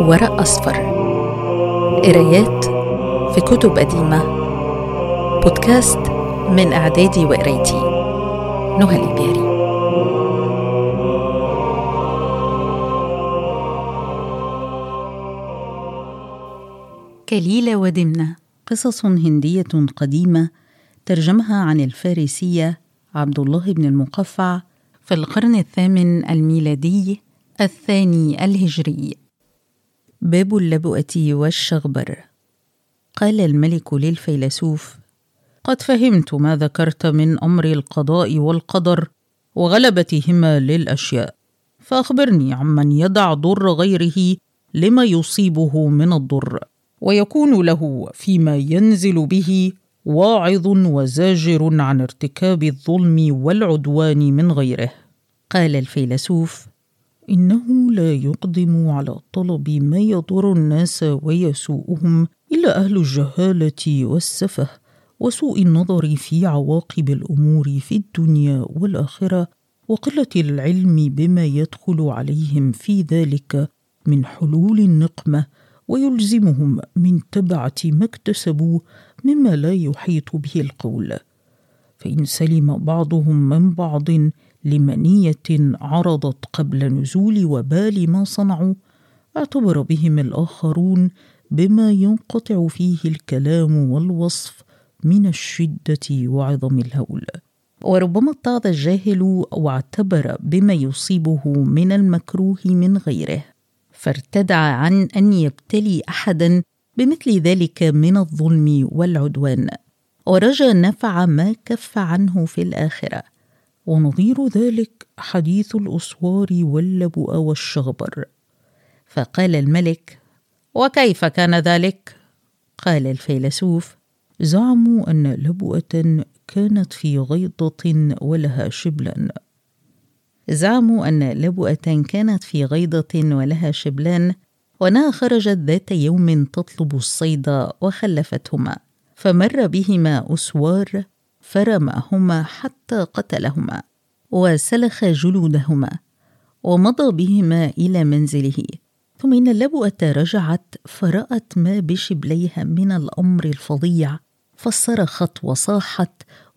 ورق أصفر. قرايات في كتب قديمة. بودكاست من إعدادي وقرايتي نهى الإبياري. كليلة ودمنة، قصص هندية قديمة ترجمها عن الفارسية عبد الله بن المقفع في القرن الثامن الميلادي الثاني الهجري. باب اللبؤة والشغبر. قال الملك للفيلسوف: قد فهمت ما ذكرت من أمر القضاء والقدر وغلبتهما للأشياء، فأخبرني عمن يدع ضر غيره لما يصيبه من الضر، ويكون له فيما ينزل به واعظ وزاجر عن ارتكاب الظلم والعدوان من غيره. قال الفيلسوف: إنه لا يقدم على طلب ما يضر الناس ويسوءهم إلا أهل الجهالة والسفه وسوء النظر في عواقب الأمور في الدنيا والآخرة، وقلة العلم بما يدخل عليهم في ذلك من حلول النقمة، ويلزمهم من تبعة ما اكتسبوا مما لا يحيط به القول. فإن سلم بعضهم من بعض لمنية عرضت قبل نزول وبال ما صنعوا، اعتبر بهم الآخرون بما ينقطع فيه الكلام والوصف من الشدة وعظم الهول. وربما اتعظ الجاهل واعتبر بما يصيبه من المكروه من غيره، فارتدع عن أن يبتلي أحدا بمثل ذلك من الظلم والعدوان، ورجى نفع ما كف عنه في الآخرة. ونظير ذلك حديث الأسوار واللبؤ والشغبر. فقال الملك: وكيف كان ذلك؟ قال الفيلسوف: زعموا أن لبؤة كانت في غيضة ولها شبلان. وأنها خرجت ذات يوم تطلب الصيد وخلفتهما، فمر بهما أسوار فرماهما حتى قتلهما وسلخ جلودهما، ومضى بهما إلى منزله. ثم إن اللبؤة رجعت فرأت ما بشبليها من الأمر الفظيع، فصرخت وصاحت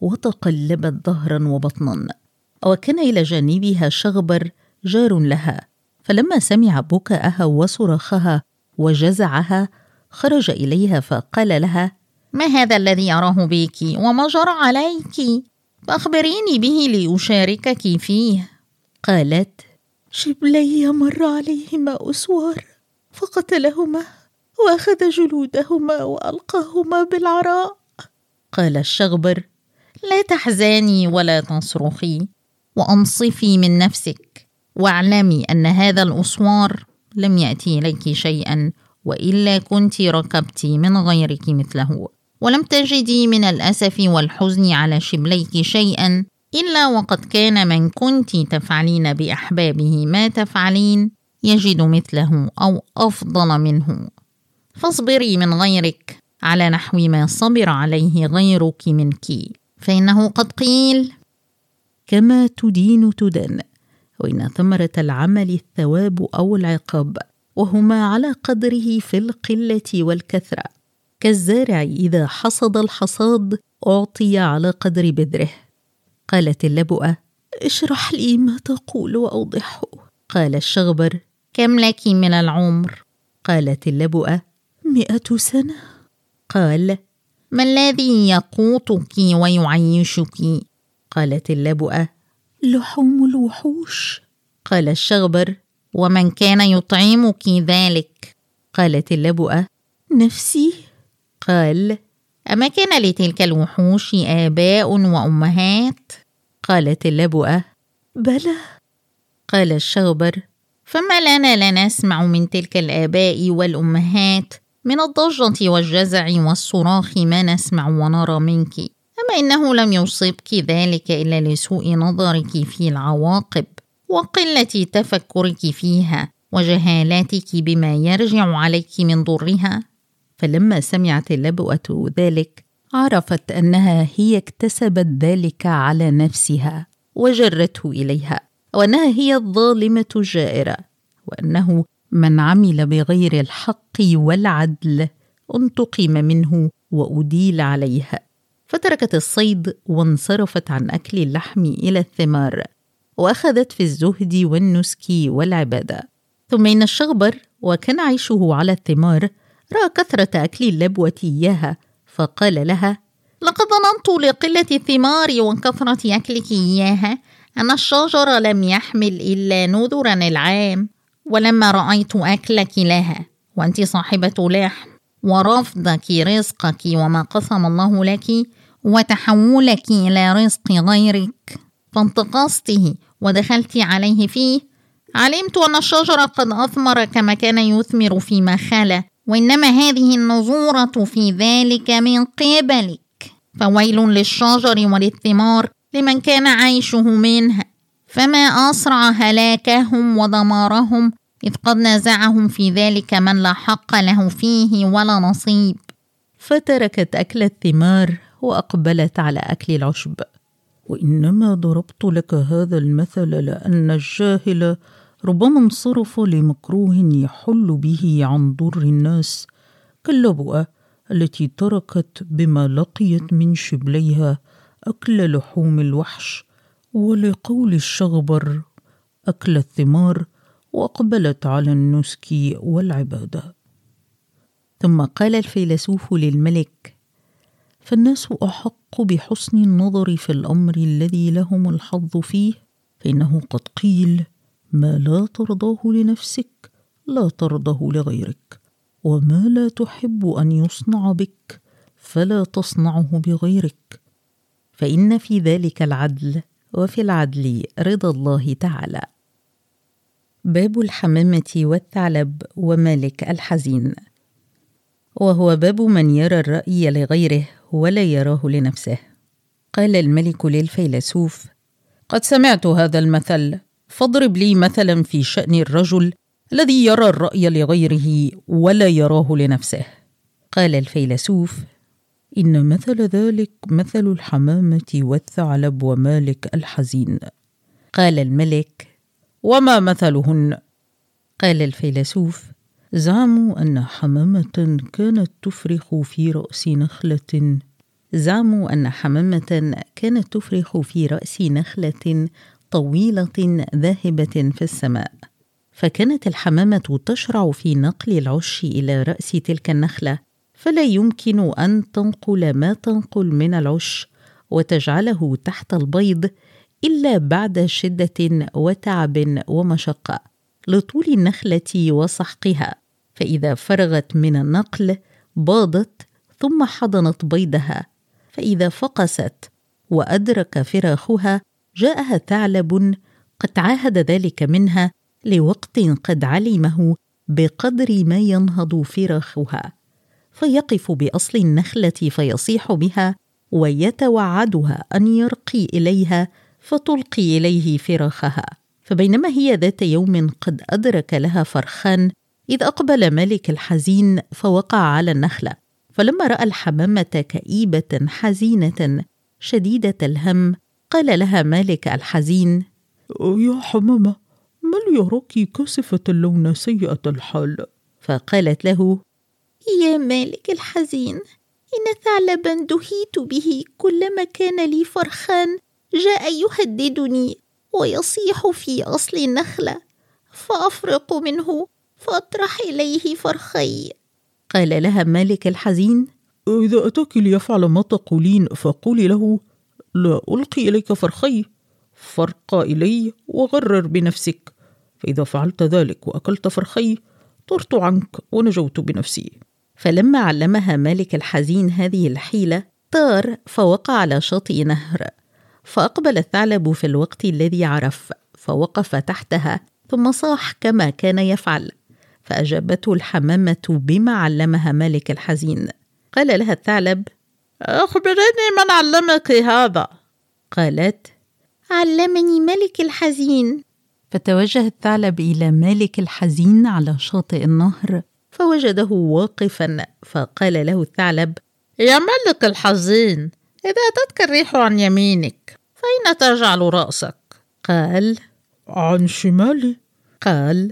وتقلبت ظهرا وبطنا. وكان إلى جانبها شغبر جار لها، فلما سمع بكاءها وصراخها وجزعها خرج إليها فقال لها: ما هذا الذي أراه بك وما جرى عليك؟ فأخبريني به لأشاركك فيه. قالت: شبلي مر عليهما أسوار فقتلهما وأخذ جلودهما وألقاهما بالعراء. قال الشغبر: لا تحزني ولا تصرخي، وأنصفي من نفسك، واعلمي أن هذا الأسوار لم يأتي إليك شيئا، وإلا كنت ركبت من غيرك مثله، ولم تجدي من الأسف والحزن على شبليك شيئا، إلا وقد كان من كنت تفعلين بأحبابه ما تفعلين يجد مثله أو أفضل منه، فاصبري من غيرك على نحو ما صبر عليه غيرك منك، فإنه قد قيل: كما تدين تدان، وإن ثمرة العمل الثواب أو العقاب، وهما على قدره في القلة والكثرة. كالزارع إذا حصد الحصاد أعطي على قدر بذره. قالت اللبؤة: اشرح لي ما تقول وأوضحه. قال الشغبر: كم لك من العمر؟ قالت اللبؤة: 100 سنة. قال: ما الذي يقوتك ويعيشك؟ قالت اللبؤة: لحوم الوحوش. قال الشغبر: ومن كان يطعمك ذلك؟ قالت اللبؤة: نفسي. قال: أما كان لتلك الوحوش آباء وأمهات؟ قالت اللبؤة: بلى. قال الشغبر: فما لنا لا نسمع من تلك الآباء والأمهات من الضجة والجزع والصراخ ما نسمع ونرى منك، أما إنه لم يصبك ذلك إلا لسوء نظرك في العواقب وقلة تفكرك فيها وجهالاتك بما يرجع عليك من ضرها. فلما سمعت اللبؤة ذلك عرفت أنها هي اكتسبت ذلك على نفسها وجرته إليها، وأنها هي الظالمة الجائرة، وأنه من عمل بغير الحق والعدل انتقم منه وأديل عليه. فتركت الصيد وانصرفت عن أكل اللحم إلى الثمار، وأخذت في الزهد والنسك والعبادة. ثم إن الشغبر وكان عيشه على الثمار رأى كثرة أكل اللبوة إياها، فقال لها: لقد ظننت لقلة الثمار وكثرة أكلك إياها أن الشجر لم يحمل إلا نذرا العام، ولما رأيت أكلك لها وأنت صاحبة لحم ورفضك رزقك وما قسم الله لك وتحولك إلى رزق غيرك فانتقصته ودخلت عليه فيه، علمت أن الشجر قد أثمر كما كان يثمر فيما خلا، وإنما هذه النذورة في ذلك من قبلك، فويل للشجر وللثمار لمن كان عيشه منها، فما أسرع هلاكهم ودمارهم إذ قد نزعهم في ذلك من لا حق له فيه ولا نصيب. فتركت أكل الثمار وأقبلت على أكل العشب. وإنما ضربت لك هذا المثل لأن الجاهل ربما انصرف لمكروه يحل به عن ضر الناس، كاللبؤة التي تركت بما لقيت من شبليها أكل لحوم الوحش، ولقول الشغبر أكل الثمار، وأقبلت على النسك والعبادة. ثم قال الفيلسوف للملك: فالناس أحق بحسن النظر في الأمر الذي لهم الحظ فيه، فإنه قد قيل: ما لا ترضاه لنفسك لا ترضه لغيرك، وما لا تحب أن يصنع بك فلا تصنعه بغيرك، فإن في ذلك العدل، وفي العدل رضا الله تعالى. باب الحمامة والثعلب ومالك الحزين. وهو باب من يرى الرأي لغيره ولا يراه لنفسه. قال الملك للفيلسوف: قد سمعت هذا المثل، فاضرب لي مثلا في شأن الرجل الذي يرى الرأي لغيره ولا يراه لنفسه. قال الفيلسوف: إن مثل ذلك مثل الحمامة والثعلب ومالك الحزين. قال الملك: وما مثلهن؟ قال الفيلسوف: زعموا أن حمامة كانت تفرخ في رأس نخلة طويلة ذاهبة في السماء، فكانت الحمامة تشرع في نقل العش إلى رأس تلك النخلة، فلا يمكن أن تنقل ما تنقل من العش وتجعله تحت البيض إلا بعد شدة وتعب ومشقة لطول النخلة وسحقها، فإذا فرغت من النقل باضت ثم حضنت بيضها، فإذا فقست وأدرك فراخها جاءها ثعلب قد عاهد ذلك منها لوقت قد علمه بقدر ما ينهض فراخها، فيقف بأصل النخلة فيصيح بها ويتوعدها أن يرقي إليها فتلقي إليه فراخها. فبينما هي ذات يوم قد أدرك لها فرخان، إذ أقبل مالك الحزين فوقع على النخلة، فلما رأى الحمامة كئيبة حزينة شديدة الهم، قال لها مالك الحزين: يا حمامة، ما لي يراك كاسفة اللون سيئة الحال؟ فقالت له: يا مالك الحزين، إن ثعلبا دهيت به كلما كان لي فرخان جاء يهددني ويصيح في أصل النخلة، فأفرق منه فأطرح إليه فرخي. قال لها مالك الحزين: إذا أتاك ليفعل ما تقولين فقولي له: لا ألقي إليك فرخي، فرق إلي وغرر بنفسك، فإذا فعلت ذلك وأكلت فرخي طرت عنك ونجوت بنفسي. فلما علمها مالك الحزين هذه الحيلة طار فوقع على شاطئ نهر، فأقبل الثعلب في الوقت الذي عرف فوقف تحتها ثم صاح كما كان يفعل، فأجابته الحمامة بما علمها مالك الحزين. قال لها الثعلب: أخبرني من علمك هذا؟ قالت: علمني ملك الحزين. فتوجه الثعلب إلى مالك الحزين على شاطئ النهر فوجده واقفا، فقال له الثعلب: يا ملك الحزين، إذا أتتك الريح عن يمينك فأين تجعل رأسك؟ قال: عن شمالي. قال: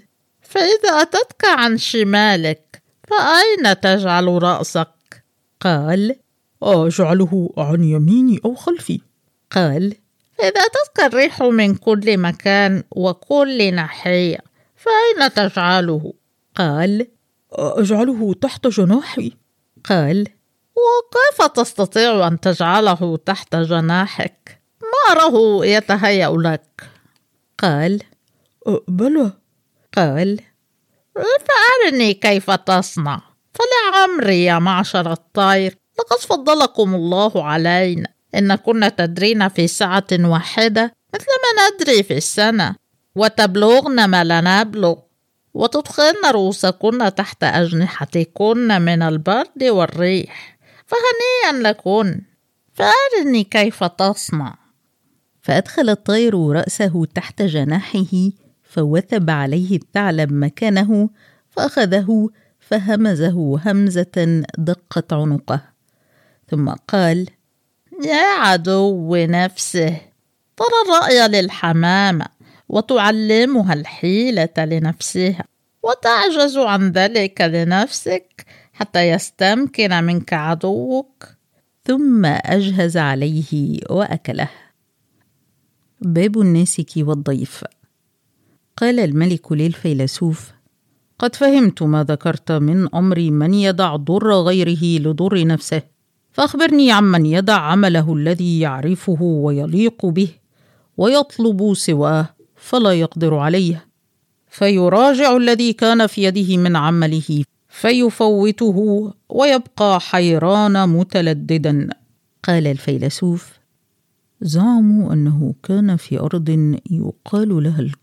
فإذا أتتك عن شمالك فأين تجعل رأسك؟ قال: أجعله عن يميني أو خلفي. قال: إذا أتتك الريح من كل مكان وكل ناحية فأين تجعله؟ قال: أجعله تحت جناحي. قال: وكيف تستطيع أن تجعله تحت جناحك؟ ما أراه يتهيأ لك. قال: بلى. قال: فأرني كيف تصنع. فلعمري يا معشر الطير لقد فضلكم الله علينا، إن كنا تدرين في ساعة واحدة مثل ما ندري في السنة، وتبلغن ما لا نبلغ، وتدخلن رؤوسكن تحت أجنحتكن من البرد والريح، فهنيئا لكن. فأرني كيف تصنع. فأدخل الطير رأسه تحت جناحه فوثب عليه الثعلب مكانه، فأخذه فهمزه همزة دقت عنقه، ثم قال: يا عدو نفسه، ترى الرأي للحمامة وتعلمها الحيلة لنفسها، وتعجز عن ذلك لنفسك حتى يستمكن منك عدوك. ثم أجهز عليه وأكله. باب الناسك والضيف. قال الملك للفيلسوف: قد فهمت ما ذكرت من أمر من يدع ضر غيره لضر نفسه، فأخبرني عمن يدع عمله الذي يعرفه ويليق به ويطلب سواه فلا يقدر عليه، فيراجع الذي كان في يده من عمله فيفوته ويبقى حيران متلددا. قال الفيلسوف: زعموا أنه كان في أرض يقال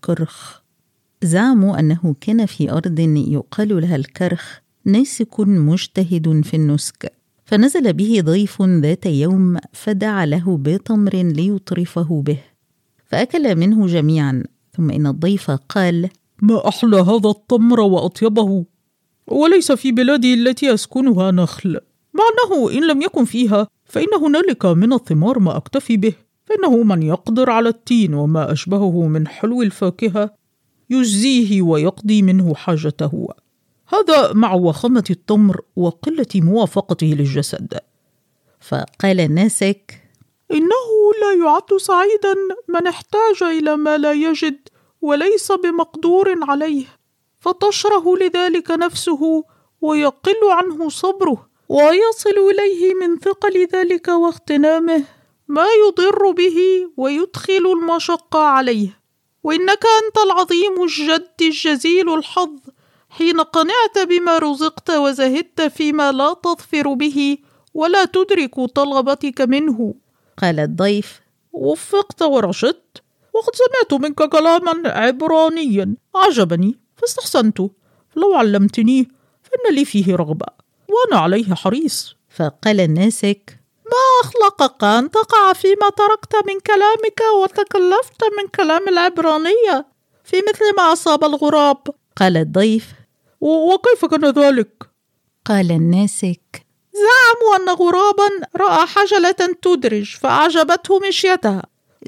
لها الكرخ ناسك مجتهد في النسك، فنزل به ضيف ذات يوم فدعا له بتمر ليطرفه به، فأكل منه جميعا. ثم إن الضيف قال: ما أحلى هذا التمر وأطيبه، وليس في بلادي التي أسكنها نخل، مع أنه إن لم يكن فيها فإن هنالك من الثمار ما أكتفي به، فإنه من يقدر على التين وما أشبهه من حلو الفاكهة يجزيه ويقضي منه حاجته، هذا مع وخامة التمر وقلة موافقته للجسد. فقال الناسك: إنه لا يعد سعيدا من احتاج إلى ما لا يجد وليس بمقدور عليه، فتشره لذلك نفسه ويقل عنه صبره، ويصل إليه من ثقل ذلك واغتنامه ما يضر به ويدخل المشقة عليه. وإنك أنت العظيم الجد الجزيل الحظ حين قنعت بما رزقت وزهدت فيما لا تظفر به ولا تدرك طلبتك منه. قال الضيف: وفقت ورشدت، وقد سمعت منك كلاما عبرانيا عجبني فاستحسنت، لو علمتني فإن لي فيه رغبة وأنا عليه حريص. فقال الناسك: ما أخلقك أن تقع فيما تركت من كلامك وتكلفت من كلام العبرانية في مثل ما أصاب الغراب؟ قال الضيف: وكيف كان ذلك؟ قال الناسك: زعموا أن غرابا رأى حجلة تدرج فأعجبته مشيتها.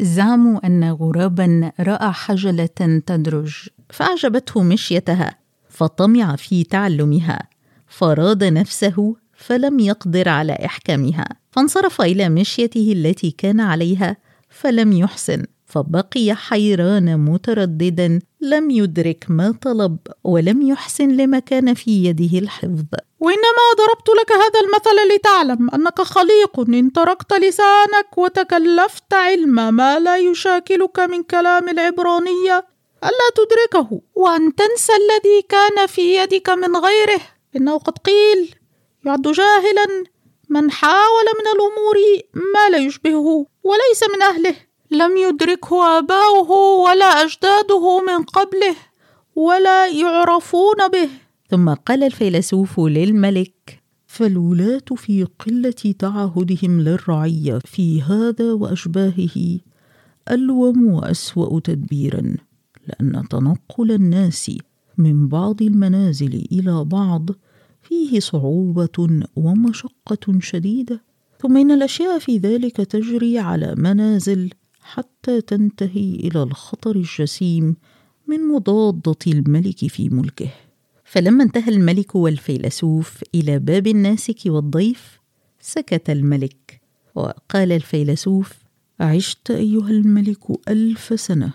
فطمع في تعلمها، فراد نفسه فلم يقدر على إحكامها، فانصرف إلى مشيته التي كان عليها فلم يحسن، فبقي حيران مترددا، لم يدرك ما طلب ولم يحسن لما كان في يده الحفظ. وإنما ضربت لك هذا المثل لتعلم أنك خليق إن تركت لسانك وتكلفت علم ما لا يشاكلك من كلام العبرانية ألا تدركه، وأن تنسى الذي كان في يدك من غيره. إنه قد قيل: يعد جاهلا من حاول من الأمور ما لا يشبهه وليس من أهله، لم يدركه آباؤه ولا أجداده من قبله ولا يعرفون به. ثم قال الفيلسوف للملك: فالولاة في قلة تعهدهم للرعية في هذا وأشباهه ألوم وأسوأ تدبيرا، لأن تنقل الناس من بعض المنازل إلى بعض فيه صعوبة ومشقة شديدة، ثم إن الأشياء في ذلك تجري على منازل حتى تنتهي إلى الخطر الجسيم من مضادة الملك في ملكه. فلما انتهى الملك والفيلسوف إلى باب الناسك والضيف سكت الملك، وقال الفيلسوف: عشت أيها الملك 1000 سنة،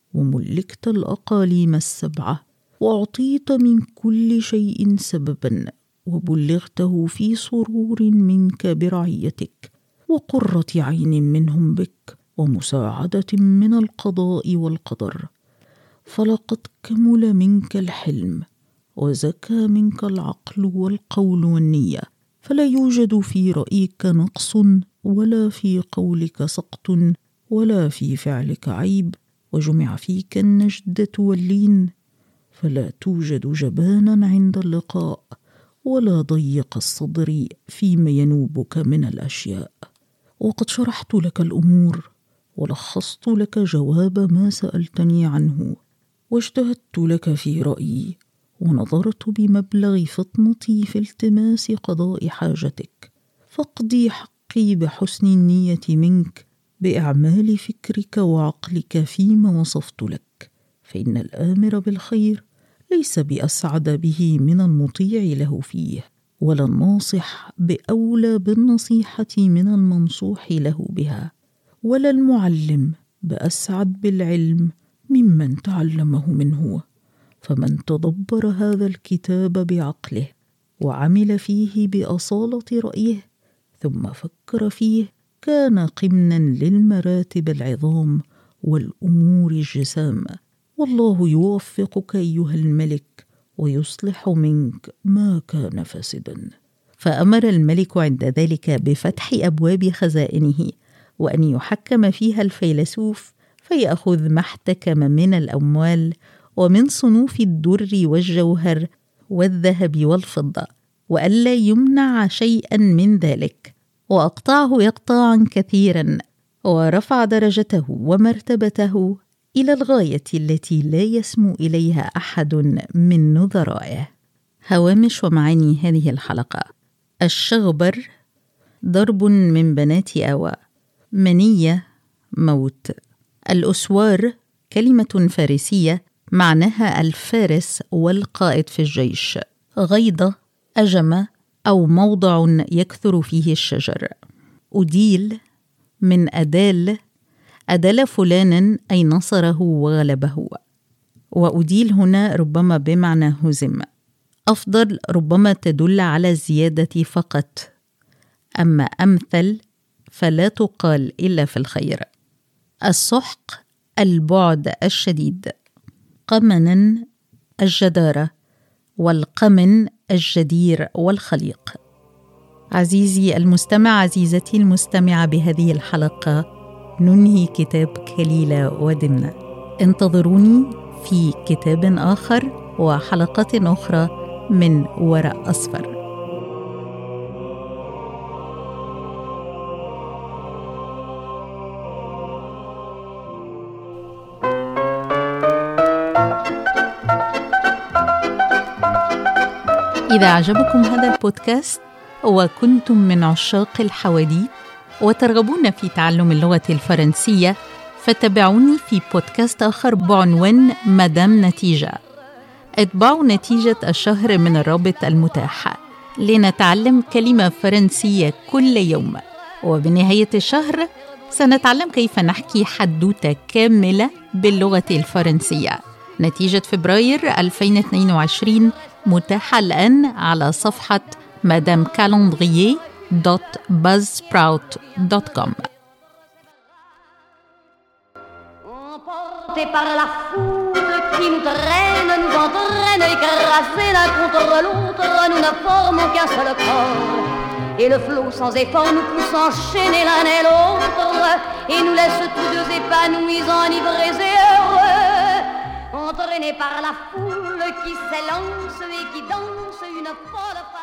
وملكت الأقاليم 7، وأعطيت من كل شيء سببا، وبلغته في سرور منك برعيتك، وقرة عين منهم بك، ومساعدة من القضاء والقدر. فلقد كمل منك الحلم، وزكى منك العقل والقول والنية، فلا يوجد في رأيك نقص، ولا في قولك سقط، ولا في فعلك عيب، وجمع فيك النجدة واللين، فلا توجد جبانا عند اللقاء، ولا ضيق الصدر فيما ينوبك من الأشياء. وقد شرحت لك الأمور، ولخصت لك جواب ما سألتني عنه، واجتهدت لك في رأيي، ونظرت بمبلغ فطنتي في التماس قضاء حاجتك، فاقضي حقي بحسن النية منك، بإعمال فكرك وعقلك فيما وصفت لك، فإن الآمر بالخير ليس بأسعد به من المطيع له فيه، ولا الناصح بأولى بالنصيحة من المنصوح له بها، ولا المعلم بأسعد بالعلم ممن تعلمه منه. فمن تدبر هذا الكتاب بعقله، وعمل فيه بأصالة رأيه، ثم فكر فيه، كان قمنا للمراتب العظام والأمور الجسام. والله يوفقك أيها الملك، ويصلح منك ما كان فاسدا. فأمر الملك عند ذلك بفتح أبواب خزائنه، وأن يحكم فيها الفيلسوف، فيأخذ ما احتكم من الأموال، ومن صنوف الدر والجوهر والذهب والفضة، وألا يمنع شيئا من ذلك، وأقطعه إقطاعا كثيرا، ورفع درجته ومرتبته إلى الغاية التي لا يسمو إليها أحد من نظرائه. هوامش ومعاني هذه الحلقة: الشغبر ضرب من بنات آوى، منية موت. الأسوار كلمة فارسية معناها الفارس والقائد في الجيش. غيضة أجمة أو موضع يكثر فيه الشجر. أديل من أدال، أدل فلانا أي نصره وغلبه، وأديل هنا ربما بمعنى هزم. أفضل ربما تدل على الزيادة فقط، أما أمثل فلا تقال إلا في الخير. السحق البعد الشديد. قمنا الجدارة، والقمن الجدير والخليق. عزيزي المستمع، عزيزتي المستمعة، بهذه الحلقة ننهي كتاب كليلة ودمنة. انتظروني في كتاب آخر وحلقات أخرى من ورق أصفر. إذا أعجبكم هذا البودكاست وكنتم من عشاق الحواديت وترغبون في تعلم اللغة الفرنسية، فتابعوني في بودكاست آخر بعنوان مدام نتيجة. اتبعوا نتيجة الشهر من الرابط المتاح لنتعلم كلمة فرنسية كل يوم، وبنهاية الشهر سنتعلم كيف نحكي حدوتة كاملة باللغة الفرنسية. نتيجة فبراير 2022 متاحة الآن على صفحة madamecalendrier.buzzsprout.com. Emportés par la foule qui nous traîne, nous entraîne, écrasés l'un contre l'autre, nous ne formons qu'un seul corps. Et le flot sans effort nous pousse enchaîner l'un et l'autre, et nous laisse tous deux épanouis, enivrés et heureux, entraînés par la foule qui s'élance et qui danse une folle